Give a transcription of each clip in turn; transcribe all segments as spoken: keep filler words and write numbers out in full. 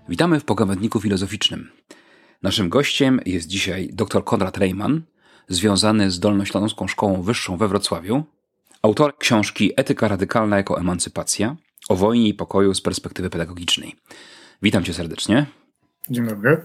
Witamy w pogawędniku filozoficznym. Naszym gościem jest dzisiaj dr Konrad Rejman, związany z Dolnośląską Szkołą Wyższą we Wrocławiu, autor książki Etyka radykalna jako emancypacja, o wojnie i pokoju z perspektywy pedagogicznej. Witam cię serdecznie. Dzień dobry.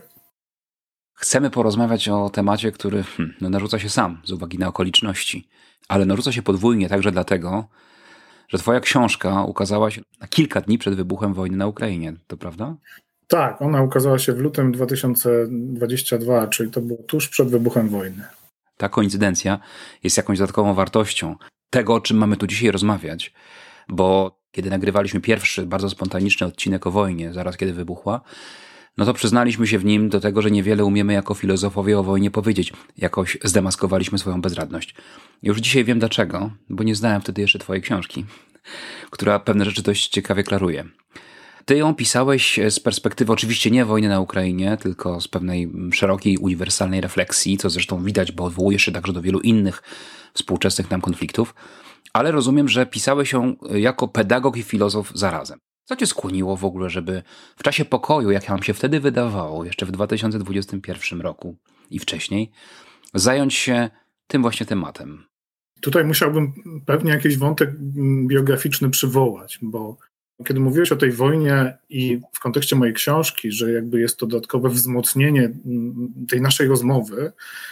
Chcemy porozmawiać o temacie, który hmm, no, narzuca się sam z uwagi na okoliczności, ale narzuca się podwójnie także dlatego, że twoja książka ukazała się na kilka dni przed wybuchem wojny na Ukrainie. To prawda? Tak, ona ukazała się w lutym dwa tysiące dwudziestego drugiego, czyli to było tuż przed wybuchem wojny. Ta koincydencja jest jakąś dodatkową wartością tego, o czym mamy tu dzisiaj rozmawiać, bo kiedy nagrywaliśmy pierwszy, bardzo spontaniczny odcinek o wojnie, zaraz kiedy wybuchła, no to przyznaliśmy się w nim do tego, że niewiele umiemy jako filozofowie o wojnie powiedzieć. Jakoś zdemaskowaliśmy swoją bezradność. Już dzisiaj wiem dlaczego, bo nie znałem wtedy jeszcze twojej książki, która pewne rzeczy dość ciekawie klaruje. Ty ją pisałeś z perspektywy oczywiście nie wojny na Ukrainie, tylko z pewnej szerokiej, uniwersalnej refleksji, co zresztą widać, bo odwołujesz się także do wielu innych współczesnych nam konfliktów, ale rozumiem, że pisałeś ją jako pedagog i filozof zarazem. Co cię skłoniło w ogóle, żeby w czasie pokoju, jak nam się wtedy wydawało, jeszcze w dwa tysiące dwudziestym pierwszym roku i wcześniej, zająć się tym właśnie tematem? Tutaj musiałbym pewnie jakiś wątek biograficzny przywołać, bo kiedy mówiłeś o tej wojnie i w kontekście mojej książki, że jakby jest to dodatkowe wzmocnienie tej naszej rozmowy,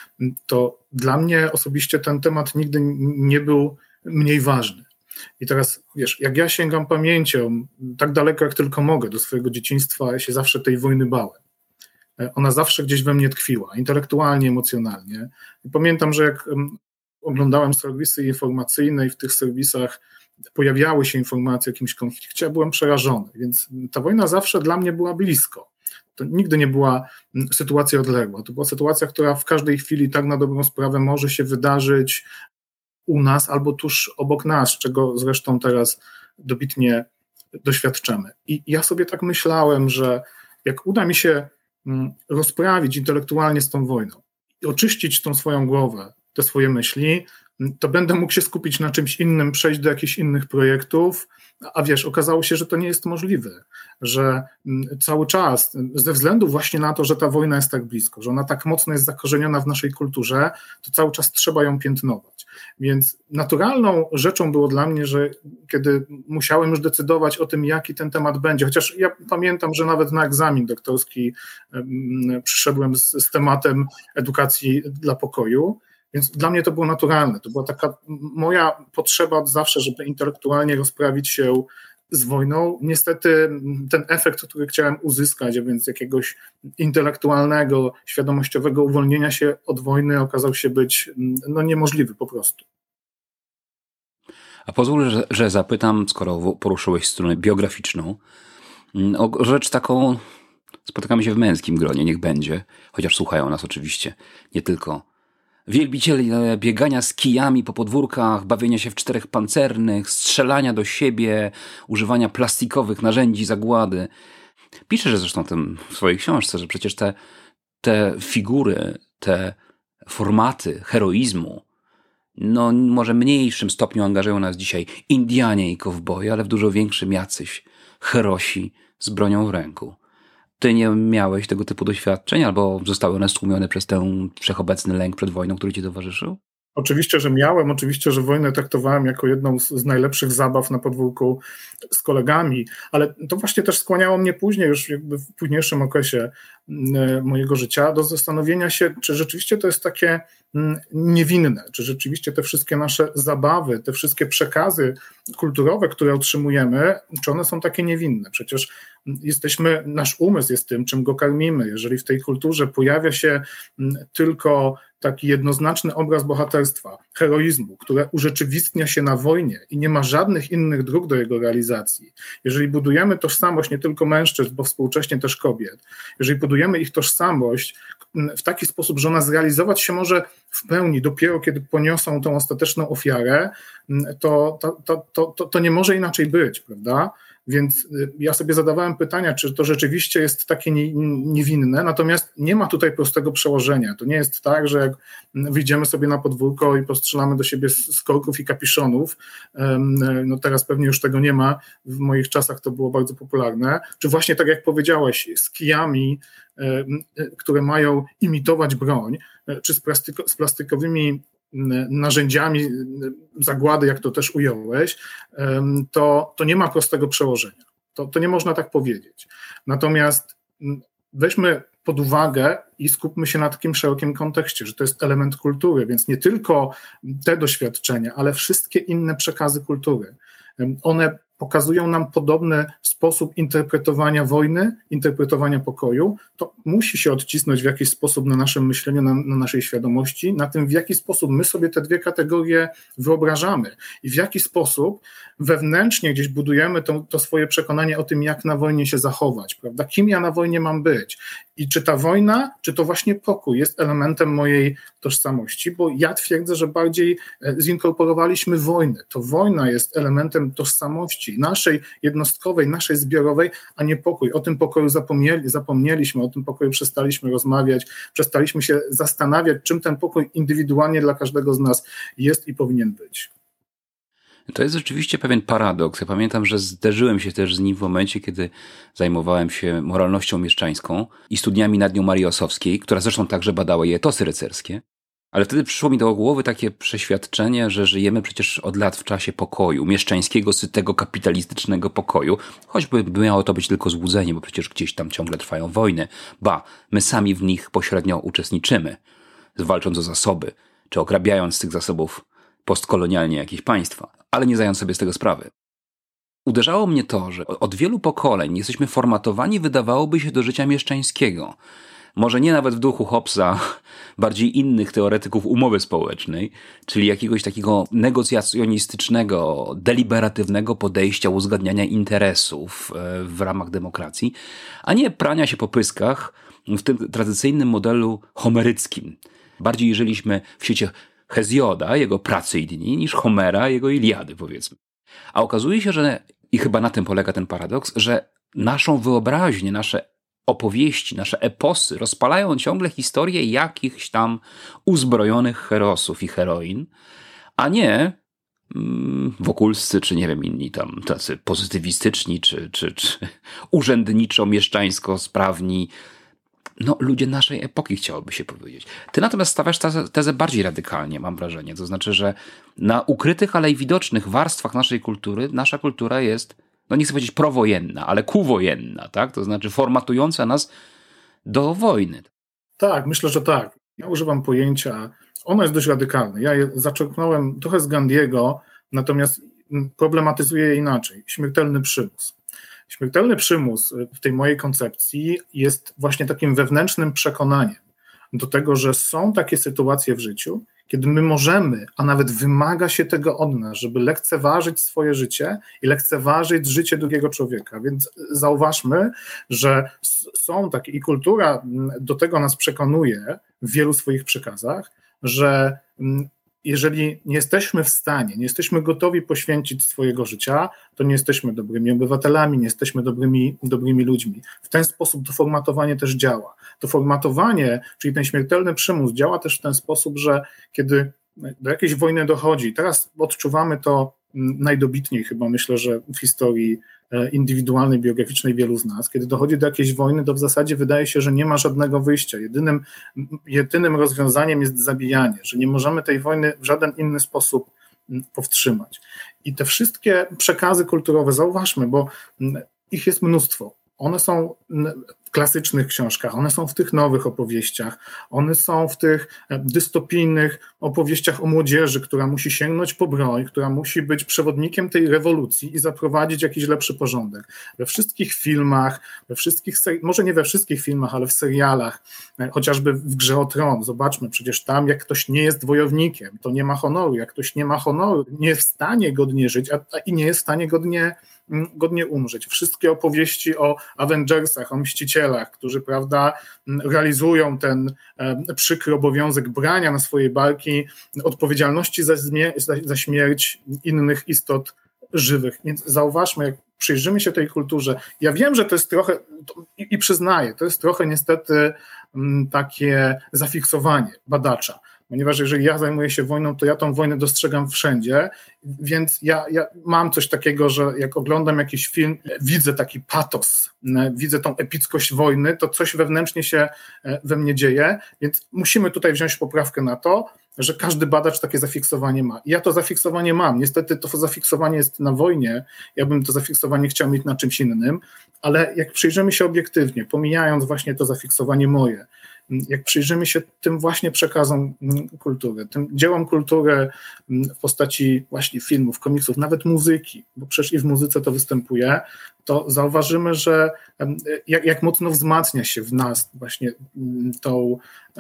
to dla mnie osobiście ten temat nigdy nie był mniej ważny. I teraz, wiesz, jak ja sięgam pamięcią tak daleko, jak tylko mogę, do swojego dzieciństwa, ja się zawsze tej wojny bałem. Ona zawsze gdzieś we mnie tkwiła, intelektualnie, emocjonalnie. I pamiętam, że jak oglądałem serwisy informacyjne i w tych serwisach pojawiały się informacje o jakimś konflikcie, ja byłem przerażony, więc ta wojna zawsze dla mnie była blisko. To nigdy nie była sytuacja odległa. To była sytuacja, która w każdej chwili tak na dobrą sprawę może się wydarzyć u nas albo tuż obok nas, czego zresztą teraz dobitnie doświadczamy. I ja sobie tak myślałem, że jak uda mi się rozprawić intelektualnie z tą wojną i oczyścić tą swoją głowę, te swoje myśli, to będę mógł się skupić na czymś innym, przejść do jakichś innych projektów, a wiesz, okazało się, że to nie jest możliwe, że cały czas, ze względu właśnie na to, że ta wojna jest tak blisko, że ona tak mocno jest zakorzeniona w naszej kulturze, to cały czas trzeba ją piętnować. Więc naturalną rzeczą było dla mnie, że kiedy musiałem już decydować o tym, jaki ten temat będzie, chociaż ja pamiętam, że nawet na egzamin doktorski przyszedłem z, z tematem edukacji dla pokoju, więc dla mnie to było naturalne. To była taka moja potrzeba od zawsze, żeby intelektualnie rozprawić się z wojną. Niestety ten efekt, który chciałem uzyskać, a więc jakiegoś intelektualnego, świadomościowego uwolnienia się od wojny, okazał się być no, niemożliwy po prostu. A pozwól, że, że zapytam, skoro poruszyłeś stronę biograficzną, o rzecz taką, spotykamy się w męskim gronie, niech będzie, chociaż słuchają nas oczywiście, nie tylko wielbicieli biegania z kijami po podwórkach, bawienia się w czterech pancernych, strzelania do siebie, używania plastikowych narzędzi zagłady. Piszesz zresztą tym w swojej książce, że przecież te, te figury, te formaty heroizmu, no może w mniejszym stopniu angażują nas dzisiaj Indianie i kowboje, ale w dużo większym jacyś herosi z bronią w ręku. Ty nie miałeś tego typu doświadczeń, albo zostały one stłumione przez ten wszechobecny lęk przed wojną, który ci towarzyszył? Oczywiście, że miałem, oczywiście, że wojnę traktowałem jako jedną z, z najlepszych zabaw na podwórku z kolegami, ale to właśnie też skłaniało mnie później, już jakby w późniejszym okresie mojego życia, do zastanowienia się, czy rzeczywiście to jest takie niewinne, czy rzeczywiście te wszystkie nasze zabawy, te wszystkie przekazy kulturowe, które otrzymujemy, czy one są takie niewinne. Przecież jesteśmy, nasz umysł jest tym, czym go karmimy. Jeżeli w tej kulturze pojawia się tylko taki jednoznaczny obraz bohaterstwa, heroizmu, które urzeczywistnia się na wojnie i nie ma żadnych innych dróg do jego realizacji, jeżeli budujemy tożsamość nie tylko mężczyzn, bo współcześnie też kobiet, jeżeli budujemy ich tożsamość w taki sposób, że ona zrealizować się może w pełni dopiero kiedy poniosą tą ostateczną ofiarę, to, to, to, to, to nie może inaczej być, prawda? Więc ja sobie zadawałem pytania, czy to rzeczywiście jest takie nie, niewinne, natomiast nie ma tutaj prostego przełożenia. To nie jest tak, że jak wyjdziemy sobie na podwórko i postrzelamy do siebie z korków i kapiszonów, no teraz pewnie już tego nie ma, w moich czasach to było bardzo popularne, czy właśnie tak jak powiedziałeś, z kijami, które mają imitować broń, czy z, plastyko, z plastikowymi narzędziami zagłady, jak to też ująłeś, to, to nie ma prostego przełożenia. To, to nie można tak powiedzieć. Natomiast weźmy pod uwagę i skupmy się na takim szerokim kontekście, że to jest element kultury, więc nie tylko te doświadczenia, ale wszystkie inne przekazy kultury. One pokazują nam podobny sposób interpretowania wojny, interpretowania pokoju. To musi się odcisnąć w jakiś sposób na naszym myśleniu, na, na naszej świadomości, na tym, w jaki sposób my sobie te dwie kategorie wyobrażamy i w jaki sposób wewnętrznie gdzieś budujemy to, to swoje przekonanie o tym, jak na wojnie się zachować, prawda? Kim ja na wojnie mam być i czy ta wojna, czy to właśnie pokój jest elementem mojej tożsamości, bo ja twierdzę, że bardziej zinkorporowaliśmy wojnę. To wojna jest elementem tożsamości naszej jednostkowej, naszej zbiorowej, a nie pokój. O tym pokoju zapomnieli, zapomnieliśmy, o tym pokoju przestaliśmy rozmawiać, przestaliśmy się zastanawiać, czym ten pokój indywidualnie dla każdego z nas jest i powinien być. To jest rzeczywiście pewien paradoks. Ja pamiętam, że zderzyłem się też z nim w momencie, kiedy zajmowałem się moralnością mieszczańską i studiami nad nią Marii Ossowskiej, która zresztą także badała jej etosy rycerskie. Ale wtedy przyszło mi do głowy takie przeświadczenie, że żyjemy przecież od lat w czasie pokoju, mieszczańskiego, sytego, kapitalistycznego pokoju. Choćby miało to być tylko złudzenie, bo przecież gdzieś tam ciągle trwają wojny. Ba, my sami w nich pośrednio uczestniczymy, walcząc o zasoby, czy ograbiając z tych zasobów postkolonialnie jakieś państwa, ale nie zdając sobie z tego sprawy. Uderzało mnie to, że od wielu pokoleń jesteśmy formatowani, wydawałoby się, do życia mieszczańskiego. Może nie nawet w duchu Hobbesa, bardziej innych teoretyków umowy społecznej, czyli jakiegoś takiego negocjacjonistycznego, deliberatywnego podejścia uzgadniania interesów w ramach demokracji, a nie prania się po pyskach w tym tradycyjnym modelu homeryckim. Bardziej żyliśmy w świecie Hezjoda, jego pracy i dni, niż Homera, jego Iliady, powiedzmy. A okazuje się, że, i chyba na tym polega ten paradoks, że naszą wyobraźnię, nasze opowieści, nasze eposy rozpalają ciągle historie jakichś tam uzbrojonych herosów i heroin, a nie mm, wokulscy, czy nie wiem, inni tam tacy pozytywistyczni, czy, czy, czy urzędniczo-mieszczańsko sprawni, no ludzie naszej epoki, chciałoby się powiedzieć. Ty natomiast stawiasz tezę, tezę bardziej radykalnie, mam wrażenie. To znaczy, że na ukrytych, ale i widocznych warstwach naszej kultury, nasza kultura jest, no nie chcę powiedzieć prowojenna, ale kuwojenna, tak? To znaczy formatująca nas do wojny. Tak, myślę, że tak. Ja używam pojęcia, ono jest dość radykalne. Ja je zaczerpnąłem trochę z Gandiego, natomiast problematyzuję je inaczej. Śmiertelny przymus. Śmiertelny przymus w tej mojej koncepcji jest właśnie takim wewnętrznym przekonaniem do tego, że są takie sytuacje w życiu, kiedy my możemy, a nawet wymaga się tego od nas, żeby lekceważyć swoje życie i lekceważyć życie drugiego człowieka. Więc zauważmy, że są takie, i kultura do tego nas przekonuje w wielu swoich przekazach, że jeżeli nie jesteśmy w stanie, nie jesteśmy gotowi poświęcić swojego życia, to nie jesteśmy dobrymi obywatelami, nie jesteśmy dobrymi, dobrymi ludźmi. W ten sposób to formatowanie też działa. To formatowanie, czyli ten śmiertelny przymus, działa też w ten sposób, że kiedy do jakiejś wojny dochodzi, teraz odczuwamy to najdobitniej chyba, myślę, że w historii indywidualnej, biograficznej wielu z nas, kiedy dochodzi do jakiejś wojny, to w zasadzie wydaje się, że nie ma żadnego wyjścia. Jedynym, jedynym rozwiązaniem jest zabijanie, że nie możemy tej wojny w żaden inny sposób powstrzymać. I te wszystkie przekazy kulturowe, zauważmy, bo ich jest mnóstwo. One są w klasycznych książkach, one są w tych nowych opowieściach, one są w tych dystopijnych opowieściach o młodzieży, która musi sięgnąć po broń, która musi być przewodnikiem tej rewolucji i zaprowadzić jakiś lepszy porządek. We wszystkich filmach, we wszystkich, może nie we wszystkich filmach, ale w serialach, chociażby w Grze o Tron, zobaczmy, przecież tam jak ktoś nie jest wojownikiem, to nie ma honoru, jak ktoś nie ma honoru, nie jest w stanie godnie żyć, a, a i nie jest w stanie godnie godnie umrzeć. Wszystkie opowieści o Avengersach, o Mścicielach, którzy, prawda, realizują ten e, przykry obowiązek brania na swojej barki odpowiedzialności za, zmie- za, za śmierć innych istot żywych. Więc zauważmy, jak przyjrzymy się tej kulturze, ja wiem, że to jest trochę, i, i przyznaję, to jest trochę niestety m, takie zafiksowanie badacza, ponieważ jeżeli ja zajmuję się wojną, to ja tą wojnę dostrzegam wszędzie, więc ja, ja mam coś takiego, że jak oglądam jakiś film, widzę taki patos, widzę tą epickość wojny, to coś wewnętrznie się we mnie dzieje, więc musimy tutaj wziąć poprawkę na to, że każdy badacz takie zafiksowanie ma. I ja to zafiksowanie mam. Niestety to zafiksowanie jest na wojnie, ja bym to zafiksowanie chciał mieć na czymś innym, ale jak przyjrzymy się obiektywnie, pomijając właśnie to zafiksowanie moje, jak przyjrzymy się tym właśnie przekazom kultury, tym dziełom kultury w postaci właśnie filmów, komiksów, nawet muzyki, bo przecież i w muzyce to występuje, to zauważymy, że jak, jak mocno wzmacnia się w nas właśnie tą,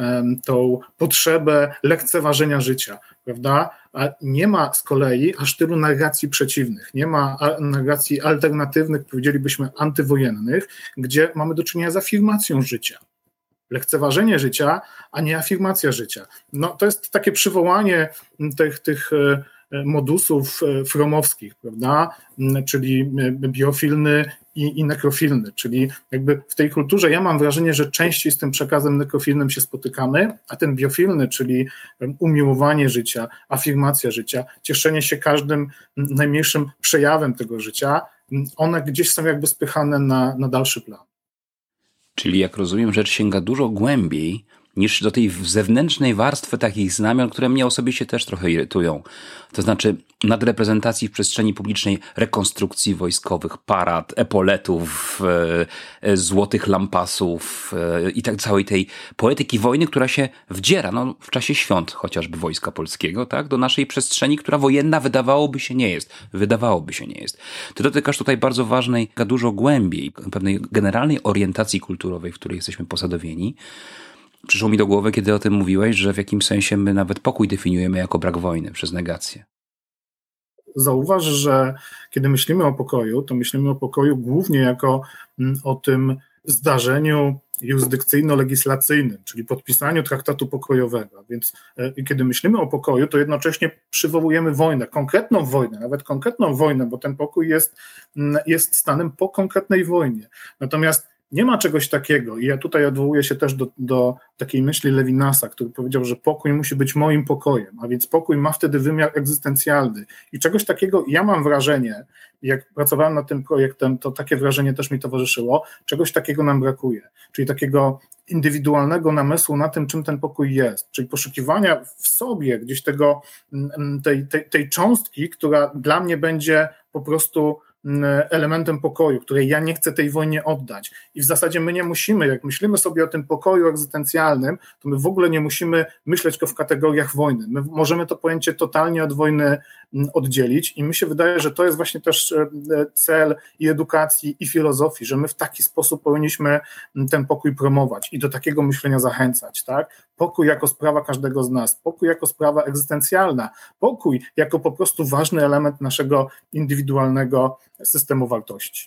tą potrzebę lekceważenia życia, prawda? A nie ma z kolei aż tylu narracji przeciwnych, nie ma narracji alternatywnych, powiedzielibyśmy antywojennych, gdzie mamy do czynienia z afirmacją życia. Lekceważenie życia, a nie afirmacja życia. No, to jest takie przywołanie tych, tych modusów fromowskich, prawda? Czyli biofilny i, i nekrofilny, czyli jakby w tej kulturze ja mam wrażenie, że częściej z tym przekazem nekrofilnym się spotykamy, a ten biofilny, czyli umiłowanie życia, afirmacja życia, cieszenie się każdym najmniejszym przejawem tego życia, one gdzieś są jakby spychane na, na dalszy plan. Czyli jak rozumiem, rzecz sięga dużo głębiej niż do tej zewnętrznej warstwy takich znamion, które mnie osobiście też trochę irytują. To znaczy nadreprezentacji w przestrzeni publicznej rekonstrukcji wojskowych, parad, epoletów, e, złotych lampasów e, i tak całej tej poetyki wojny, która się wdziera no, w czasie świąt chociażby Wojska Polskiego, tak, do naszej przestrzeni, która wojenna wydawałoby się nie jest. Wydawałoby się nie jest. Ty dotykasz tutaj bardzo ważnej, dużo głębiej, pewnej generalnej orientacji kulturowej, w której jesteśmy posadowieni. Przyszło mi do głowy, kiedy o tym mówiłeś, że w jakimś sensie my nawet pokój definiujemy jako brak wojny przez negację. Zauważ, że kiedy myślimy o pokoju, to myślimy o pokoju głównie jako o tym zdarzeniu jurysdykcyjno-legislacyjnym, czyli podpisaniu traktatu pokojowego. Więc kiedy myślimy o pokoju, to jednocześnie przywołujemy wojnę, konkretną wojnę, nawet konkretną wojnę, bo ten pokój jest, jest stanem po konkretnej wojnie. Natomiast nie ma czegoś takiego i ja tutaj odwołuję się też do, do takiej myśli Levinasa, który powiedział, że pokój musi być moim pokojem, a więc pokój ma wtedy wymiar egzystencjalny i czegoś takiego, ja mam wrażenie, jak pracowałem nad tym projektem, to takie wrażenie też mi towarzyszyło, czegoś takiego nam brakuje, czyli takiego indywidualnego namysłu na tym, czym ten pokój jest, czyli poszukiwania w sobie gdzieś tego, tej, tej, tej cząstki, która dla mnie będzie po prostu elementem pokoju, której ja nie chcę tej wojnie oddać. I w zasadzie my nie musimy, jak myślimy sobie o tym pokoju egzystencjalnym, to my w ogóle nie musimy myśleć go w kategoriach wojny. My możemy to pojęcie totalnie od wojny oddzielić i mi się wydaje, że to jest właśnie też cel i edukacji, i filozofii, że my w taki sposób powinniśmy ten pokój promować i do takiego myślenia zachęcać, tak? Pokój jako sprawa każdego z nas, pokój jako sprawa egzystencjalna, pokój jako po prostu ważny element naszego indywidualnego systemu wartości.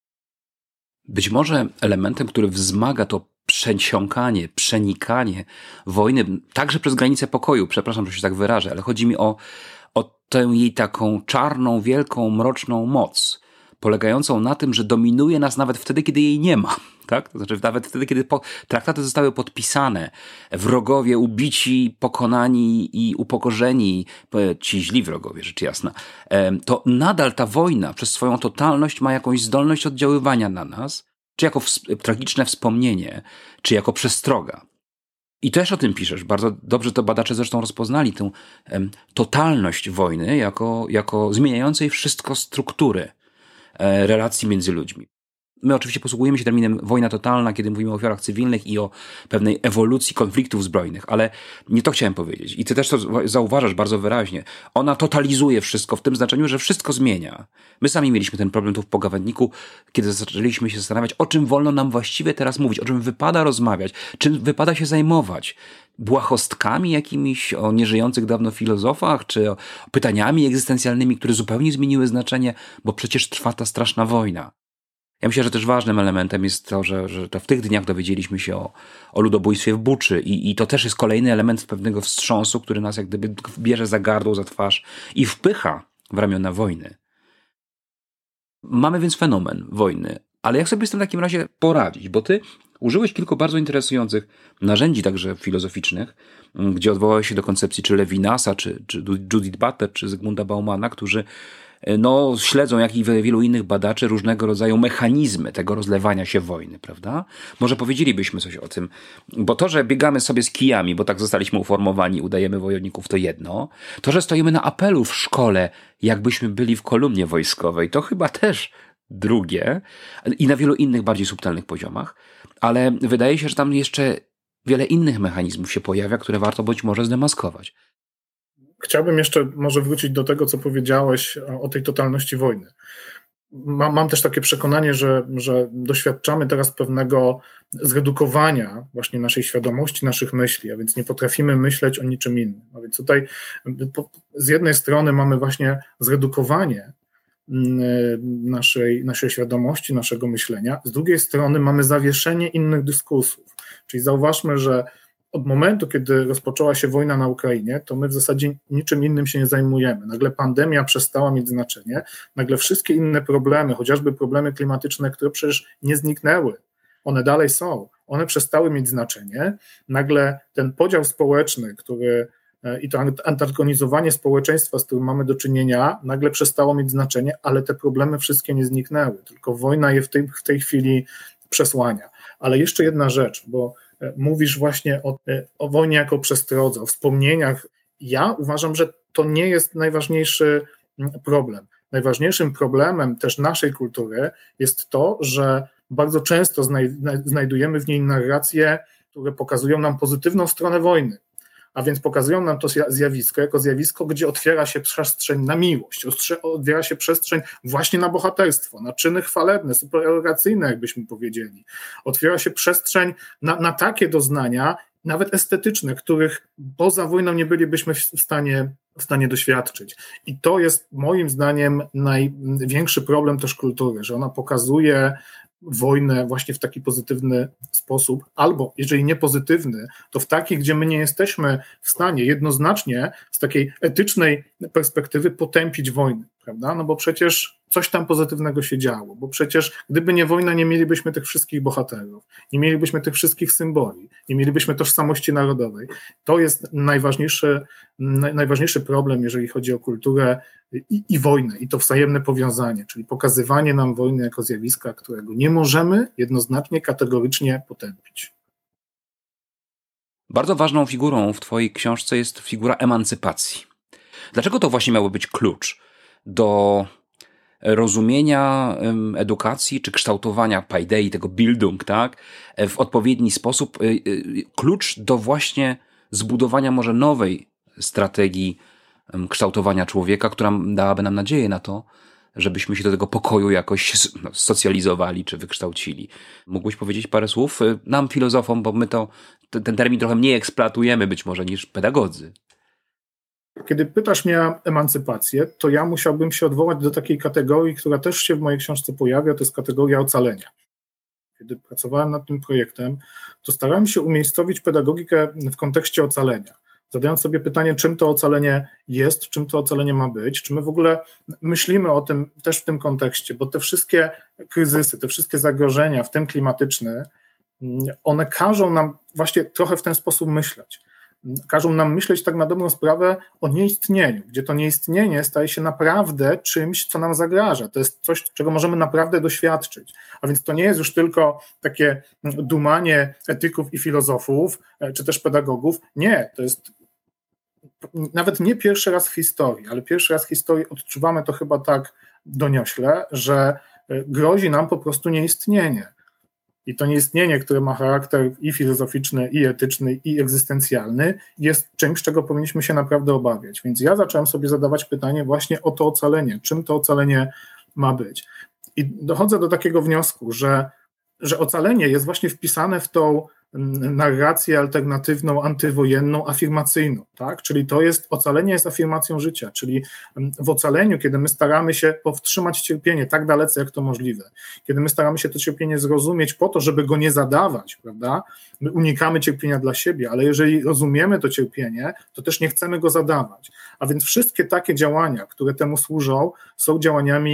Być może elementem, który wzmaga to przesiąkanie, przenikanie wojny, także przez granicę pokoju, przepraszam, że się tak wyrażę, ale chodzi mi o, o tę jej taką czarną, wielką, mroczną moc, polegającą na tym, że dominuje nas nawet wtedy, kiedy jej nie ma. Tak? To znaczy nawet wtedy, kiedy po, traktaty zostały podpisane, wrogowie ubici, pokonani i upokorzeni, ci źli wrogowie, rzecz jasna, to nadal ta wojna przez swoją totalność ma jakąś zdolność oddziaływania na nas, czy jako w, tragiczne wspomnienie, czy jako przestroga. I też o tym piszesz. Bardzo dobrze to badacze zresztą rozpoznali, tę em, totalność wojny jako, jako zmieniającej wszystko struktury e, relacji między ludźmi. My oczywiście posługujemy się terminem wojna totalna, kiedy mówimy o ofiarach cywilnych i o pewnej ewolucji konfliktów zbrojnych, ale nie to chciałem powiedzieć. I ty też to zauważasz bardzo wyraźnie. Ona totalizuje wszystko w tym znaczeniu, że wszystko zmienia. My sami mieliśmy ten problem tu w Pogawędniku, kiedy zaczęliśmy się zastanawiać, o czym wolno nam właściwie teraz mówić, o czym wypada rozmawiać, czym wypada się zajmować. Błahostkami jakimiś o nieżyjących dawno filozofach, czy o pytaniami egzystencjalnymi, które zupełnie zmieniły znaczenie, bo przecież trwa ta straszna wojna. Ja myślę, że też ważnym elementem jest to, że, że to w tych dniach dowiedzieliśmy się o, o ludobójstwie w Buczy i, i to też jest kolejny element pewnego wstrząsu, który nas jak gdyby bierze za gardło, za twarz i wpycha w ramiona wojny. Mamy więc fenomen wojny. Ale jak sobie z tym w takim razie poradzić? Bo ty użyłeś kilku bardzo interesujących narzędzi, także filozoficznych, gdzie odwołałeś się do koncepcji czy Levinasa, czy, czy Judith Butler, czy Zygmunta Baumana, którzy no, śledzą, jak i wielu innych badaczy, różnego rodzaju mechanizmy tego rozlewania się wojny, prawda? Może powiedzielibyśmy coś o tym, bo to, że biegamy sobie z kijami, bo tak zostaliśmy uformowani, udajemy wojowników, to jedno. To, że stoimy na apelu w szkole, jakbyśmy byli w kolumnie wojskowej, to chyba też drugie i na wielu innych bardziej subtelnych poziomach, ale wydaje się, że tam jeszcze wiele innych mechanizmów się pojawia, które warto być może zdemaskować. Chciałbym jeszcze może wrócić do tego, co powiedziałeś o tej totalności wojny. Mam, mam też takie przekonanie, że, że doświadczamy teraz pewnego zredukowania właśnie naszej świadomości, naszych myśli, a więc nie potrafimy myśleć o niczym innym. A więc tutaj z jednej strony mamy właśnie zredukowanie naszej, naszej świadomości, naszego myślenia, z drugiej strony mamy zawieszenie innych dyskursów. Czyli zauważmy, że od momentu, kiedy rozpoczęła się wojna na Ukrainie, to my w zasadzie niczym innym się nie zajmujemy. Nagle pandemia przestała mieć znaczenie, nagle wszystkie inne problemy, chociażby problemy klimatyczne, które przecież nie zniknęły, one dalej są, one przestały mieć znaczenie. Nagle ten podział społeczny, który i to antagonizowanie społeczeństwa, z którym mamy do czynienia, nagle przestało mieć znaczenie, ale te problemy wszystkie nie zniknęły, tylko wojna je w tej, w tej chwili przesłania. Ale jeszcze jedna rzecz, bo mówisz właśnie o, o wojnie jako przestrodze, o wspomnieniach. Ja uważam, że to nie jest najważniejszy problem. Najważniejszym problemem też naszej kultury jest to, że bardzo często znajdujemy w niej narracje, które pokazują nam pozytywną stronę wojny. A więc pokazują nam to zjawisko jako zjawisko, gdzie otwiera się przestrzeń na miłość, otwiera się przestrzeń właśnie na bohaterstwo, na czyny chwalebne, supererogacyjne, jakbyśmy powiedzieli. Otwiera się przestrzeń na, na takie doznania, nawet estetyczne, których poza wojną nie bylibyśmy w stanie, w stanie doświadczyć. I to jest moim zdaniem największy problem też kultury, że ona pokazuje wojnę właśnie w taki pozytywny sposób, albo jeżeli nie pozytywny, to w taki, gdzie my nie jesteśmy w stanie jednoznacznie z takiej etycznej perspektywy potępić wojny, prawda? No bo przecież coś tam pozytywnego się działo, bo przecież gdyby nie wojna, nie mielibyśmy tych wszystkich bohaterów, nie mielibyśmy tych wszystkich symboli, nie mielibyśmy tożsamości narodowej. To jest najważniejszy, najważniejszy problem, jeżeli chodzi o kulturę i, i wojnę, i to wzajemne powiązanie, czyli pokazywanie nam wojny jako zjawiska, którego nie możemy jednoznacznie, kategorycznie potępić. Bardzo ważną figurą w twojej książce jest figura emancypacji. Dlaczego to właśnie miałby być klucz do rozumienia edukacji czy kształtowania paidei, tego Bildung, tak, w odpowiedni sposób, klucz do właśnie zbudowania może nowej strategii kształtowania człowieka, która dałaby nam nadzieję na to, żebyśmy się do tego pokoju jakoś socjalizowali czy wykształcili. Mógłbyś powiedzieć parę słów nam, filozofom, bo my to ten termin trochę mniej eksploatujemy być może niż pedagodzy. Kiedy pytasz mnie o emancypację, to ja musiałbym się odwołać do takiej kategorii, która też się w mojej książce pojawia, to jest kategoria ocalenia. Kiedy pracowałem nad tym projektem, to starałem się umiejscowić pedagogikę w kontekście ocalenia, zadając sobie pytanie, czym to ocalenie jest, czym to ocalenie ma być, czy my w ogóle myślimy o tym też w tym kontekście, bo te wszystkie kryzysy, te wszystkie zagrożenia, w tym klimatyczne, one każą nam właśnie trochę w ten sposób myśleć. Każą nam myśleć tak na dobrą sprawę o nieistnieniu, gdzie to nieistnienie staje się naprawdę czymś, co nam zagraża. To jest coś, czego możemy naprawdę doświadczyć. A więc to nie jest już tylko takie dumanie etyków i filozofów, czy też pedagogów. Nie, to jest nawet nie pierwszy raz w historii, ale pierwszy raz w historii odczuwamy to chyba tak doniośle, że grozi nam po prostu nieistnienie. I to nieistnienie, które ma charakter i filozoficzny, i etyczny, i egzystencjalny, jest czymś, czego powinniśmy się naprawdę obawiać. Więc ja zacząłem sobie zadawać pytanie właśnie o to ocalenie. Czym to ocalenie ma być? I dochodzę do takiego wniosku, że, że ocalenie jest właśnie wpisane w tą narrację alternatywną, antywojenną, afirmacyjną, tak? Czyli to jest, ocalenie jest afirmacją życia, czyli w ocaleniu, kiedy my staramy się powstrzymać cierpienie tak dalece, jak to możliwe, kiedy my staramy się to cierpienie zrozumieć po to, żeby go nie zadawać, prawda? My unikamy cierpienia dla siebie, ale jeżeli rozumiemy to cierpienie, to też nie chcemy go zadawać. A więc wszystkie takie działania, które temu służą, są działaniami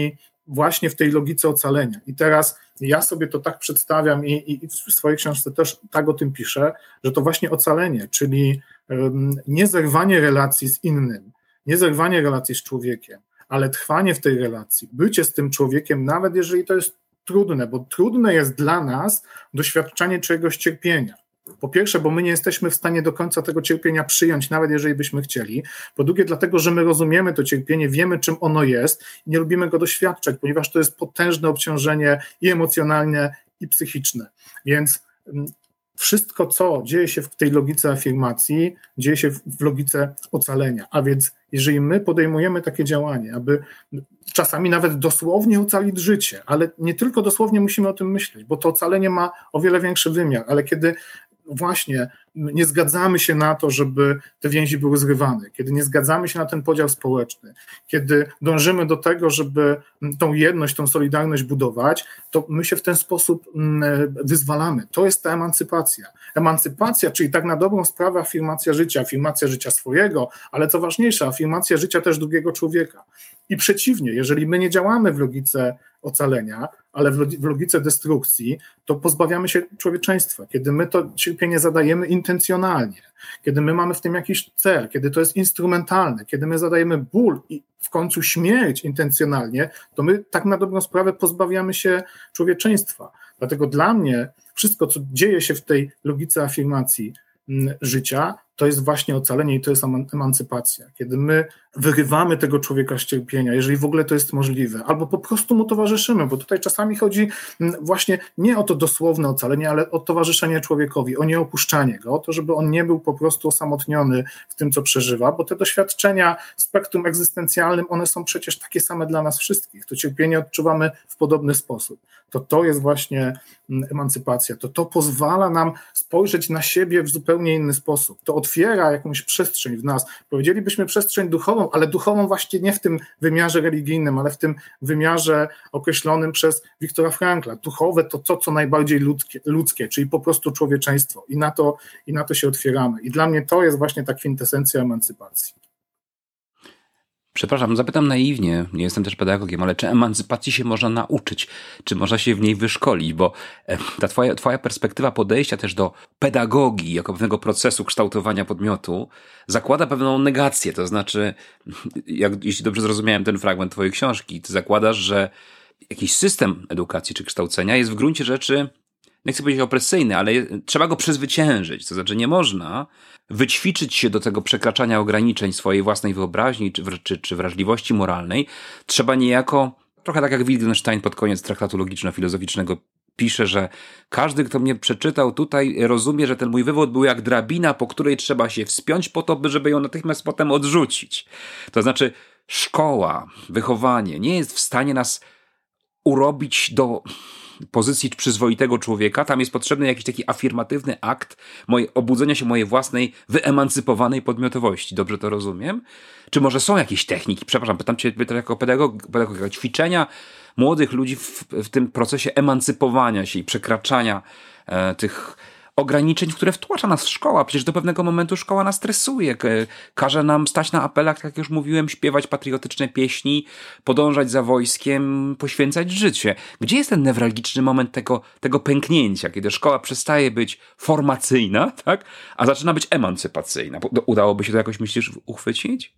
właśnie w tej logice ocalenia. I teraz ja sobie to tak przedstawiam i, i w swojej książce też tak o tym piszę, że to właśnie ocalenie, czyli um, nie zerwanie relacji z innym, nie zerwanie relacji z człowiekiem, ale trwanie w tej relacji, bycie z tym człowiekiem, nawet jeżeli to jest trudne, bo trudne jest dla nas doświadczanie czegoś cierpienia. Po pierwsze, bo my nie jesteśmy w stanie do końca tego cierpienia przyjąć, nawet jeżeli byśmy chcieli. Po drugie, dlatego, że my rozumiemy to cierpienie, wiemy, czym ono jest i nie lubimy go doświadczać, ponieważ to jest potężne obciążenie i emocjonalne, i psychiczne. Więc wszystko, co dzieje się w tej logice afirmacji, dzieje się w logice ocalenia. A więc jeżeli my podejmujemy takie działanie, aby czasami nawet dosłownie ocalić życie, ale nie tylko dosłownie musimy o tym myśleć, bo to ocalenie ma o wiele większy wymiar, ale kiedy właśnie nie zgadzamy się na to, żeby te więzi były zrywane, kiedy nie zgadzamy się na ten podział społeczny, kiedy dążymy do tego, żeby tą jedność, tą solidarność budować, to my się w ten sposób wyzwalamy. To jest ta emancypacja. Emancypacja, czyli tak na dobrą sprawę afirmacja życia, afirmacja życia swojego, ale co ważniejsze, afirmacja życia też drugiego człowieka. I przeciwnie, jeżeli my nie działamy w logice ocalenia, ale w logice destrukcji, to pozbawiamy się człowieczeństwa. Kiedy my to cierpienie zadajemy intencjonalnie, kiedy my mamy w tym jakiś cel, kiedy to jest instrumentalne, kiedy my zadajemy ból i w końcu śmierć intencjonalnie, to my tak na dobrą sprawę pozbawiamy się człowieczeństwa. Dlatego dla mnie wszystko, co dzieje się w tej logice afirmacji życia, to jest właśnie ocalenie i to jest emancypacja. Kiedy my wyrywamy tego człowieka z cierpienia, jeżeli w ogóle to jest możliwe, albo po prostu mu towarzyszymy, bo tutaj czasami chodzi właśnie nie o to dosłowne ocalenie, ale o towarzyszenie człowiekowi, o nieopuszczanie go, o to, żeby on nie był po prostu osamotniony w tym, co przeżywa, bo te doświadczenia w spektrum egzystencjalnym, one są przecież takie same dla nas wszystkich. To cierpienie odczuwamy w podobny sposób. To to jest właśnie emancypacja. To to pozwala nam spojrzeć na siebie w zupełnie inny sposób. To otwiera jakąś przestrzeń w nas. Powiedzielibyśmy przestrzeń duchową, ale duchową właśnie nie w tym wymiarze religijnym, ale w tym wymiarze określonym przez Wiktora Frankla. Duchowe to to, co najbardziej ludzkie, ludzkie, czyli po prostu człowieczeństwo. I na to, i na to się otwieramy. I dla mnie to jest właśnie ta kwintesencja emancypacji. Przepraszam, zapytam naiwnie, nie jestem też pedagogiem, ale czy emancypacji się można nauczyć? Czy można się w niej wyszkolić? Bo ta twoja, twoja perspektywa podejścia też do pedagogii jako pewnego procesu kształtowania podmiotu zakłada pewną negację. To znaczy, jak, jeśli dobrze zrozumiałem ten fragment twojej książki, ty zakładasz, że jakiś system edukacji czy kształcenia jest w gruncie rzeczy, nie chcę powiedzieć opresyjny, ale trzeba go przezwyciężyć. To znaczy nie można wyćwiczyć się do tego przekraczania ograniczeń swojej własnej wyobraźni czy, czy, czy wrażliwości moralnej. Trzeba niejako, trochę tak jak Wittgenstein pod koniec traktatu logiczno-filozoficznego pisze, że każdy, kto mnie przeczytał tutaj, rozumie, że ten mój wywód był jak drabina, po której trzeba się wspiąć po to, by żeby ją natychmiast potem odrzucić. To znaczy szkoła, wychowanie nie jest w stanie nas urobić do pozycji przyzwoitego człowieka. Tam jest potrzebny jakiś taki afirmatywny akt moje, obudzenia się mojej własnej wyemancypowanej podmiotowości. Dobrze to rozumiem? Czy może są jakieś techniki? Przepraszam, pytam cię jako pedagog, pedagog ćwiczenia młodych ludzi w, w tym procesie emancypowania się i przekraczania e, tych ograniczeń, w które wtłacza nas szkoła. Przecież do pewnego momentu szkoła nas stresuje. Każe nam stać na apelach, tak jak już mówiłem, śpiewać patriotyczne pieśni, podążać za wojskiem, poświęcać życie. Gdzie jest ten newralgiczny moment tego, tego pęknięcia, kiedy szkoła przestaje być formacyjna, tak, a zaczyna być emancypacyjna? Udałoby się to jakoś, myślisz, uchwycić?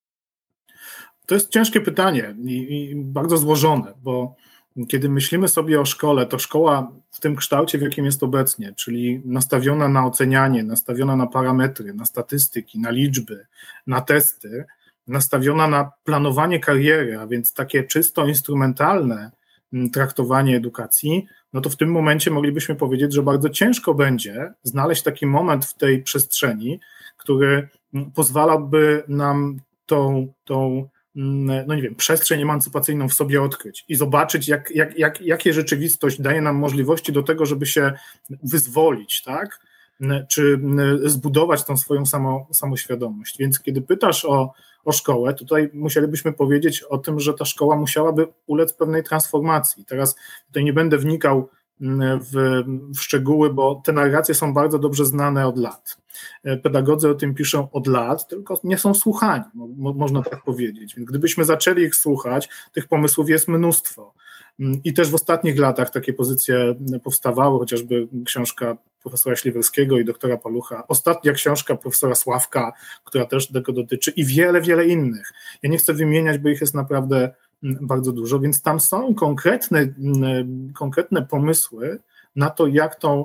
To jest ciężkie pytanie i, i bardzo złożone, bo kiedy myślimy sobie o szkole, to szkoła w tym kształcie, w jakim jest obecnie, czyli nastawiona na ocenianie, nastawiona na parametry, na statystyki, na liczby, na testy, nastawiona na planowanie kariery, a więc takie czysto instrumentalne traktowanie edukacji, no to w tym momencie moglibyśmy powiedzieć, że bardzo ciężko będzie znaleźć taki moment w tej przestrzeni, który pozwalałby nam tą, tą no nie wiem, przestrzeń emancypacyjną w sobie odkryć i zobaczyć, jak, jak, jak, jakie rzeczywistość daje nam możliwości do tego, żeby się wyzwolić, tak? Czy zbudować tą swoją samo, samoświadomość. Więc kiedy pytasz o, o szkołę, tutaj musielibyśmy powiedzieć o tym, że ta szkoła musiałaby ulec pewnej transformacji. Teraz tutaj nie będę wnikał w, w szczegóły, bo te narracje są bardzo dobrze znane od lat. Pedagodzy o tym piszą od lat, tylko nie są słuchani, mo, można tak powiedzieć. Więc gdybyśmy zaczęli ich słuchać, tych pomysłów jest mnóstwo. I też w ostatnich latach takie pozycje powstawały, chociażby książka profesora Śliwerskiego i doktora Palucha, ostatnia książka profesora Sławka, która też tego dotyczy i wiele, wiele innych. Ja nie chcę wymieniać, bo ich jest naprawdę bardzo dużo, więc tam są konkretne, konkretne pomysły na to, jak tą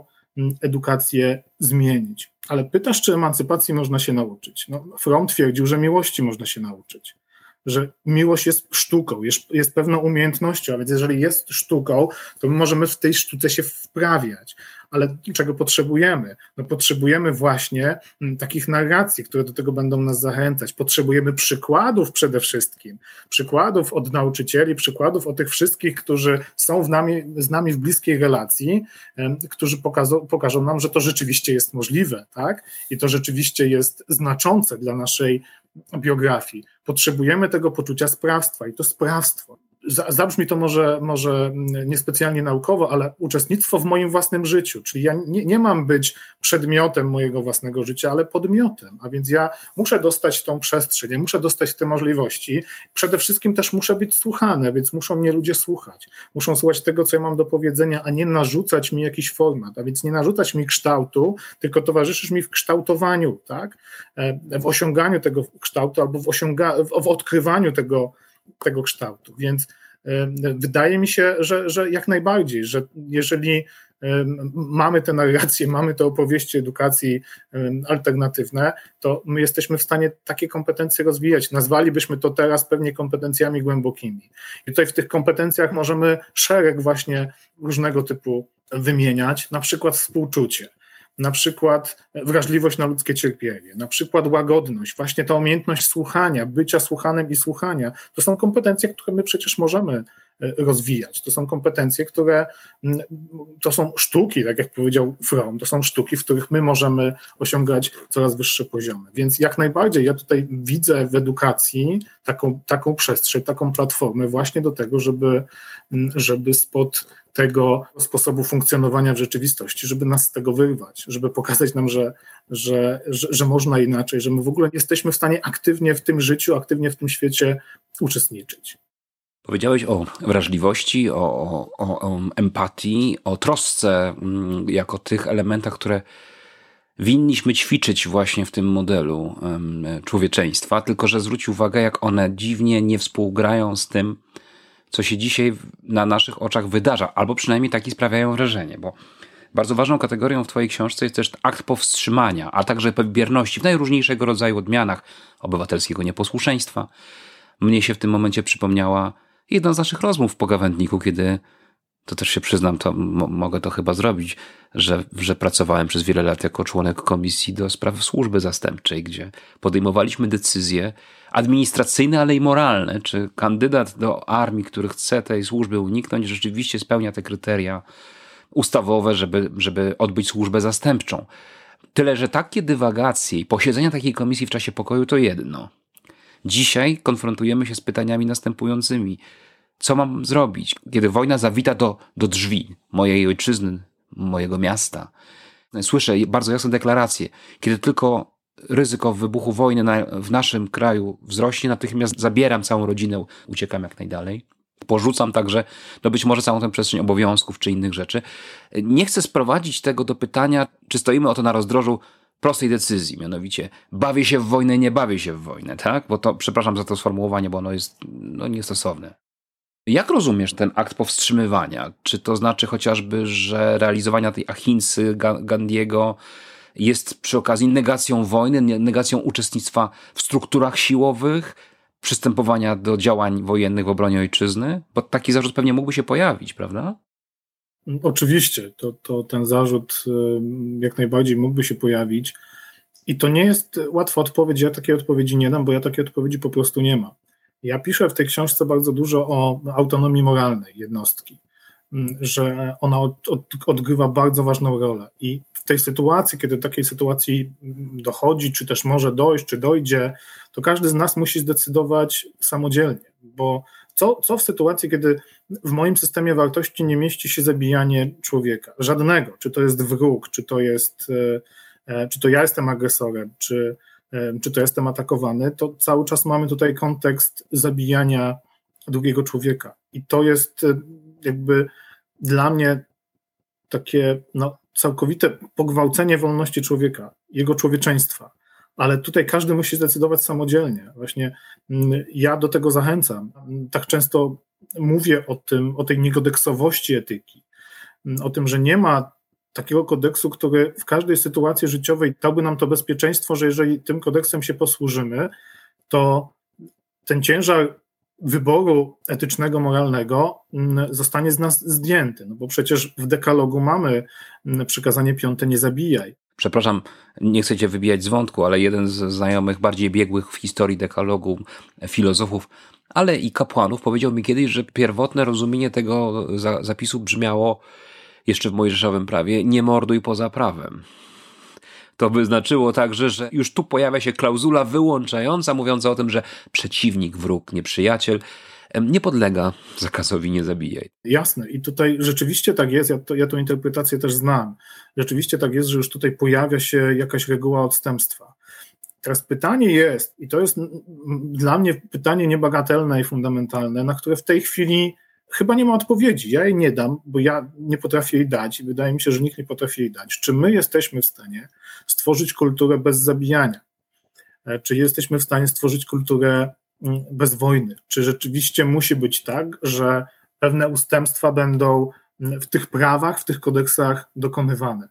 edukację zmienić. Ale pytasz, czy emancypacji można się nauczyć? No, Fromm twierdził, że miłości można się nauczyć, że miłość jest sztuką, jest, jest pewną umiejętnością, a więc jeżeli jest sztuką, to my możemy w tej sztuce się wprawiać. Ale czego potrzebujemy? No potrzebujemy właśnie takich narracji, które do tego będą nas zachęcać. Potrzebujemy przykładów przede wszystkim. Przykładów od nauczycieli, przykładów od tych wszystkich, którzy są w nami, z nami w bliskiej relacji, którzy pokażą, pokażą nam, że to rzeczywiście jest możliwe, tak? I to rzeczywiście jest znaczące dla naszej biografii. Potrzebujemy tego poczucia sprawstwa i to sprawstwo. Zabrzmi to może, może niespecjalnie naukowo, ale uczestnictwo w moim własnym życiu, czyli ja nie, nie mam być przedmiotem mojego własnego życia, ale podmiotem, a więc ja muszę dostać tą przestrzeń, ja muszę dostać te możliwości, przede wszystkim też muszę być słuchany, więc muszą mnie ludzie słuchać, muszą słuchać tego, co ja mam do powiedzenia, a nie narzucać mi jakiś format, a więc nie narzucać mi kształtu, tylko towarzyszysz mi w kształtowaniu, tak? W osiąganiu tego kształtu albo w, osiąga- w odkrywaniu tego tego kształtu, więc y, wydaje mi się, że, że jak najbardziej, że jeżeli y, mamy te narracje, mamy te opowieści edukacji y, alternatywne, to my jesteśmy w stanie takie kompetencje rozwijać. Nazwalibyśmy to teraz pewnie kompetencjami głębokimi. I tutaj w tych kompetencjach możemy szereg właśnie różnego typu wymieniać, na przykład współczucie, na przykład wrażliwość na ludzkie cierpienie, na przykład łagodność, właśnie ta umiejętność słuchania, bycia słuchanym i słuchania, to są kompetencje, które my przecież możemy rozwijać. To są kompetencje, które, to są sztuki, tak jak powiedział Fromm, to są sztuki, w których my możemy osiągać coraz wyższe poziomy. Więc jak najbardziej ja tutaj widzę w edukacji taką, taką przestrzeń, taką platformę właśnie do tego, żeby, żeby spod tego sposobu funkcjonowania w rzeczywistości, żeby nas z tego wyrwać, żeby pokazać nam, że, że, że, że można inaczej, że my w ogóle jesteśmy w stanie aktywnie w tym życiu, aktywnie w tym świecie uczestniczyć. Powiedziałeś o wrażliwości, o, o, o empatii, o trosce jako tych elementach, które winniśmy ćwiczyć właśnie w tym modelu człowieczeństwa, tylko że zwróć uwagę, jak one dziwnie nie współgrają z tym, co się dzisiaj na naszych oczach wydarza, albo przynajmniej taki sprawiają wrażenie, bo bardzo ważną kategorią w twojej książce jest też akt powstrzymania, a także bierności w najróżniejszego rodzaju odmianach obywatelskiego nieposłuszeństwa. Mnie się w tym momencie przypomniała jedna z naszych rozmów w Pogawędniku, kiedy, to też się przyznam, to mo- mogę to chyba zrobić, że, że pracowałem przez wiele lat jako członek komisji do spraw służby zastępczej, gdzie podejmowaliśmy decyzje administracyjne, ale i moralne, czy kandydat do armii, który chce tej służby uniknąć, rzeczywiście spełnia te kryteria ustawowe, żeby, żeby odbyć służbę zastępczą. Tyle, że takie dywagacje i posiedzenia takiej komisji w czasie pokoju to jedno. Dzisiaj konfrontujemy się z pytaniami następującymi. Co mam zrobić, kiedy wojna zawita do, do drzwi mojej ojczyzny, mojego miasta? Słyszę bardzo jasne deklaracje. Kiedy tylko ryzyko wybuchu wojny na, w naszym kraju wzrośnie, natychmiast zabieram całą rodzinę, uciekam jak najdalej. Porzucam także, no być może całą tę przestrzeń obowiązków czy innych rzeczy. Nie chcę sprowadzić tego do pytania, czy stoimy oto na rozdrożu prostej decyzji, mianowicie bawię się w wojnę, nie bawię się w wojnę, tak? Bo to, przepraszam za to sformułowanie, bo ono jest no, niestosowne. Jak rozumiesz ten akt powstrzymywania? Czy to znaczy chociażby, że realizowania tej ahinsy Gandiego jest przy okazji negacją wojny, negacją uczestnictwa w strukturach siłowych, przystępowania do działań wojennych w obronie ojczyzny? Bo taki zarzut pewnie mógłby się pojawić, prawda? Oczywiście, to, to ten zarzut jak najbardziej mógłby się pojawić i to nie jest łatwa odpowiedź, ja takiej odpowiedzi nie dam, bo ja takiej odpowiedzi po prostu nie mam. Ja piszę w tej książce bardzo dużo o autonomii moralnej jednostki, że ona od, od, odgrywa bardzo ważną rolę i w tej sytuacji, kiedy do takiej sytuacji dochodzi, czy też może dojść, czy dojdzie, to każdy z nas musi zdecydować samodzielnie, bo Co, co w sytuacji, kiedy w moim systemie wartości nie mieści się zabijanie człowieka? Żadnego. Czy to jest wróg, czy to jest, czy to ja jestem agresorem, czy, czy to jestem atakowany, to cały czas mamy tutaj kontekst zabijania drugiego człowieka. I to jest jakby dla mnie takie no, całkowite pogwałcenie wolności człowieka, jego człowieczeństwa. Ale tutaj każdy musi zdecydować samodzielnie. Właśnie ja do tego zachęcam. Tak często mówię o tym, o tej niekodeksowości etyki, o tym, że nie ma takiego kodeksu, który w każdej sytuacji życiowej dałby nam to bezpieczeństwo, że jeżeli tym kodeksem się posłużymy, to ten ciężar wyboru etycznego, moralnego zostanie z nas zdjęty. No bo przecież w dekalogu mamy przykazanie piąte: nie zabijaj. Przepraszam, nie chcę cię wybijać z wątku, ale jeden z znajomych bardziej biegłych w historii dekalogu filozofów, ale i kapłanów powiedział mi kiedyś, że pierwotne rozumienie tego zapisu brzmiało jeszcze w mojżeszowym prawie: nie morduj poza prawem. To by znaczyło także, że już tu pojawia się klauzula wyłączająca, mówiąca o tym, że przeciwnik, wróg, nieprzyjaciel nie podlega zakazowi nie zabijaj. Jasne. I tutaj rzeczywiście tak jest, ja, to, ja tę interpretację też znam. Rzeczywiście tak jest, że już tutaj pojawia się jakaś reguła odstępstwa. Teraz pytanie jest, i to jest dla mnie pytanie niebagatelne i fundamentalne, na które w tej chwili chyba nie ma odpowiedzi. Ja jej nie dam, bo ja nie potrafię jej dać i wydaje mi się, że nikt nie potrafi jej dać. Czy my jesteśmy w stanie stworzyć kulturę bez zabijania? Czy jesteśmy w stanie stworzyć kulturę bez wojny? Czy rzeczywiście musi być tak, że pewne ustępstwa będą w tych prawach, w tych kodeksach dokonywane?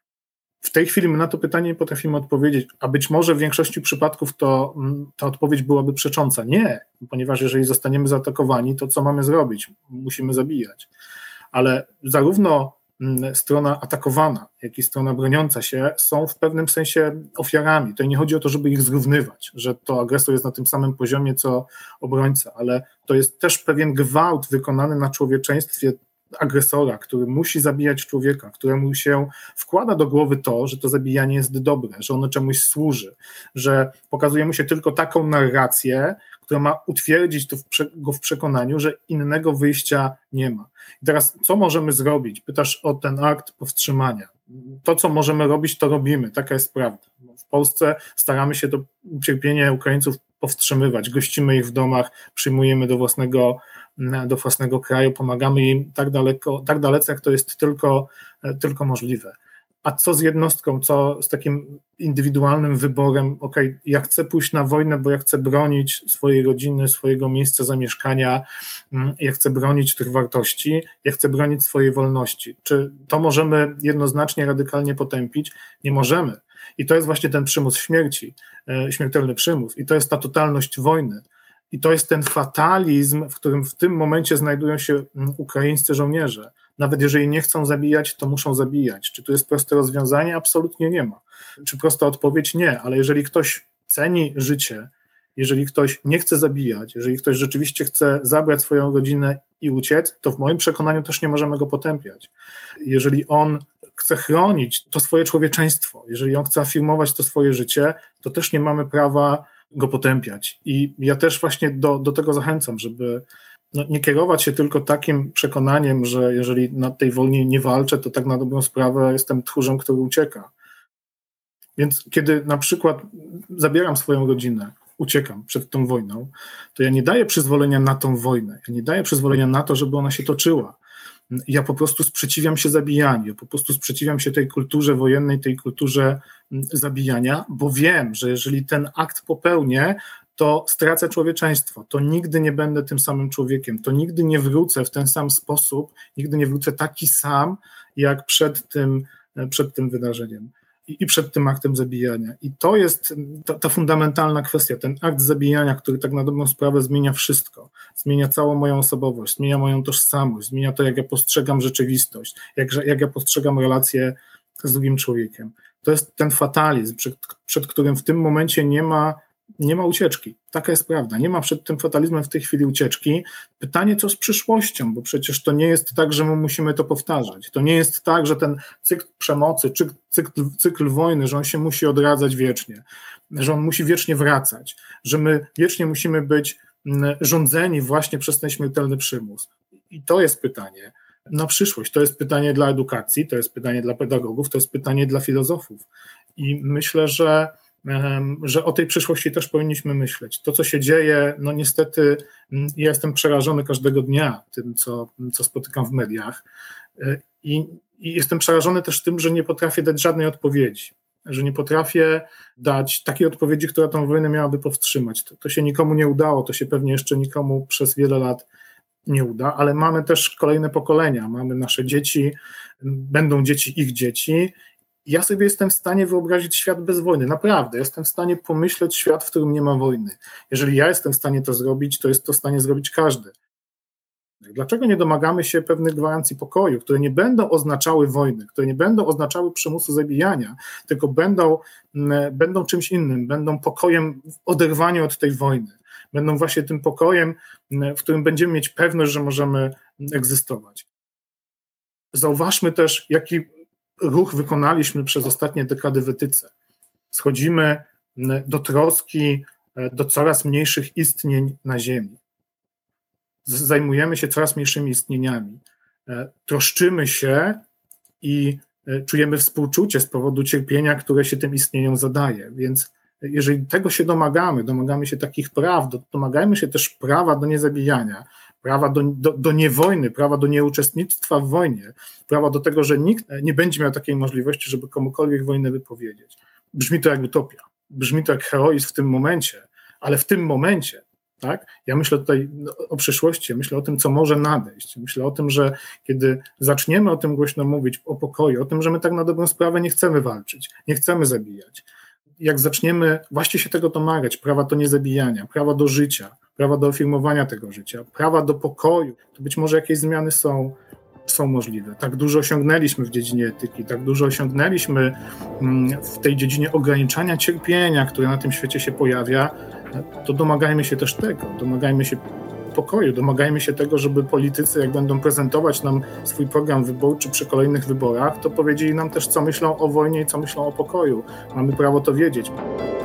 W tej chwili my na to pytanie nie potrafimy odpowiedzieć, a być może w większości przypadków to ta odpowiedź byłaby przecząca. Nie, ponieważ jeżeli zostaniemy zaatakowani, to co mamy zrobić? Musimy zabijać. Ale zarówno strona atakowana, jak i strona broniąca się są w pewnym sensie ofiarami. Tutaj nie chodzi o to, żeby ich zrównywać, że to agresor jest na tym samym poziomie, co obrońca, ale to jest też pewien gwałt wykonany na człowieczeństwie agresora, który musi zabijać człowieka, któremu się wkłada do głowy to, że to zabijanie jest dobre, że ono czemuś służy, że pokazuje mu się tylko taką narrację, która ma utwierdzić to w prze- go w przekonaniu, że innego wyjścia nie ma. I teraz co możemy zrobić? Pytasz o ten akt powstrzymania. To, co możemy robić, to robimy. Taka jest prawda. W Polsce staramy się to cierpienie Ukraińców powstrzymywać. Gościmy ich w domach, przyjmujemy do własnego, do własnego kraju, pomagamy im tak daleko, tak dalece, jak to jest tylko, tylko możliwe. A co z jednostką, co z takim indywidualnym wyborem, ok, ja chcę pójść na wojnę, bo ja chcę bronić swojej rodziny, swojego miejsca zamieszkania, ja chcę bronić tych wartości, ja chcę bronić swojej wolności. Czy to możemy jednoznacznie, radykalnie potępić? Nie możemy. I to jest właśnie ten przymus śmierci, śmiertelny przymus. I to jest ta totalność wojny. I to jest ten fatalizm, w którym w tym momencie znajdują się ukraińscy żołnierze. Nawet jeżeli nie chcą zabijać, to muszą zabijać. Czy tu jest proste rozwiązanie? Absolutnie nie ma. Czy prosta odpowiedź? Nie, ale jeżeli ktoś ceni życie, jeżeli ktoś nie chce zabijać, jeżeli ktoś rzeczywiście chce zabrać swoją rodzinę i uciec, to w moim przekonaniu też nie możemy go potępiać. Jeżeli on chce chronić to swoje człowieczeństwo, jeżeli on chce afirmować to swoje życie, to też nie mamy prawa go potępiać. I ja też właśnie do, do tego zachęcam, żeby no, nie kierować się tylko takim przekonaniem, że jeżeli na tej wojnie nie walczę, to tak na dobrą sprawę jestem tchórzem, który ucieka. Więc kiedy na przykład zabieram swoją rodzinę, uciekam przed tą wojną, to ja nie daję przyzwolenia na tą wojnę, ja nie daję przyzwolenia na to, żeby ona się toczyła. Ja po prostu sprzeciwiam się zabijaniu, ja po prostu sprzeciwiam się tej kulturze wojennej, tej kulturze zabijania, bo wiem, że jeżeli ten akt popełnię, to stracę człowieczeństwo, to nigdy nie będę tym samym człowiekiem, to nigdy nie wrócę w ten sam sposób, nigdy nie wrócę taki sam, jak przed tym, przed tym wydarzeniem i przed tym aktem zabijania. I to jest ta, ta fundamentalna kwestia, ten akt zabijania, który tak na dobrą sprawę zmienia wszystko, zmienia całą moją osobowość, zmienia moją tożsamość, zmienia to, jak ja postrzegam rzeczywistość, jak, jak ja postrzegam relacje z drugim człowiekiem. To jest ten fatalizm, przed, przed którym w tym momencie nie ma Nie ma ucieczki. Taka jest prawda. Nie ma przed tym fatalizmem w tej chwili ucieczki. Pytanie, co z przyszłością, bo przecież to nie jest tak, że my musimy to powtarzać. To nie jest tak, że ten cykl przemocy, cykl, cykl, cykl wojny, że on się musi odradzać wiecznie, że on musi wiecznie wracać, że my wiecznie musimy być rządzeni właśnie przez ten śmiertelny przymus. I to jest pytanie na przyszłość, to jest pytanie dla edukacji, to jest pytanie dla pedagogów, to jest pytanie dla filozofów. I myślę, że, że o tej przyszłości też powinniśmy myśleć. To, co się dzieje, no niestety ja jestem przerażony każdego dnia tym, co, co spotykam w mediach i, i jestem przerażony też tym, że nie potrafię dać żadnej odpowiedzi, że nie potrafię dać takiej odpowiedzi, która tę wojnę miałaby powstrzymać. To, to się nikomu nie udało, to się pewnie jeszcze nikomu przez wiele lat nie uda, ale mamy też kolejne pokolenia, mamy nasze dzieci, będą dzieci ich dzieci. Ja sobie jestem w stanie wyobrazić świat bez wojny, naprawdę, jestem w stanie pomyśleć świat, w którym nie ma wojny. Jeżeli ja jestem w stanie to zrobić, to jest to w stanie zrobić każdy. Dlaczego nie domagamy się pewnych gwarancji pokoju, które nie będą oznaczały wojny, które nie będą oznaczały przymusu zabijania, tylko będą, będą czymś innym, będą pokojem w oderwaniu od tej wojny, będą właśnie tym pokojem, w którym będziemy mieć pewność, że możemy egzystować. Zauważmy też, jaki ruch wykonaliśmy przez ostatnie dekady w etyce. Schodzimy do troski do coraz mniejszych istnień na Ziemi. Zajmujemy się coraz mniejszymi istnieniami. Troszczymy się i czujemy współczucie z powodu cierpienia, które się tym istnieniom zadaje. Więc jeżeli tego się domagamy, domagamy się takich praw, domagajmy się też prawa do niezabijania, prawa do, do, do niewojny, prawa do nieuczestnictwa w wojnie, prawa do tego, że nikt nie będzie miał takiej możliwości, żeby komukolwiek wojnę wypowiedzieć. Brzmi to jak utopia, brzmi to jak heroizm w tym momencie, ale w tym momencie, tak, ja myślę tutaj o przyszłości, myślę o tym, co może nadejść, myślę o tym, że kiedy zaczniemy o tym głośno mówić, o pokoju, o tym, że my tak na dobrą sprawę nie chcemy walczyć, nie chcemy zabijać, jak zaczniemy właśnie się tego domagać, prawa do niezabijania, prawa do życia, prawa do afirmowania tego życia, prawa do pokoju, to być może jakieś zmiany są, są możliwe. Tak dużo osiągnęliśmy w dziedzinie etyki, tak dużo osiągnęliśmy w tej dziedzinie ograniczania cierpienia, które na tym świecie się pojawia, to domagajmy się też tego, domagajmy się pokoju, domagajmy się tego, żeby politycy, jak będą prezentować nam swój program wyborczy przy kolejnych wyborach, to powiedzieli nam też, co myślą o wojnie i co myślą o pokoju. Mamy prawo to wiedzieć.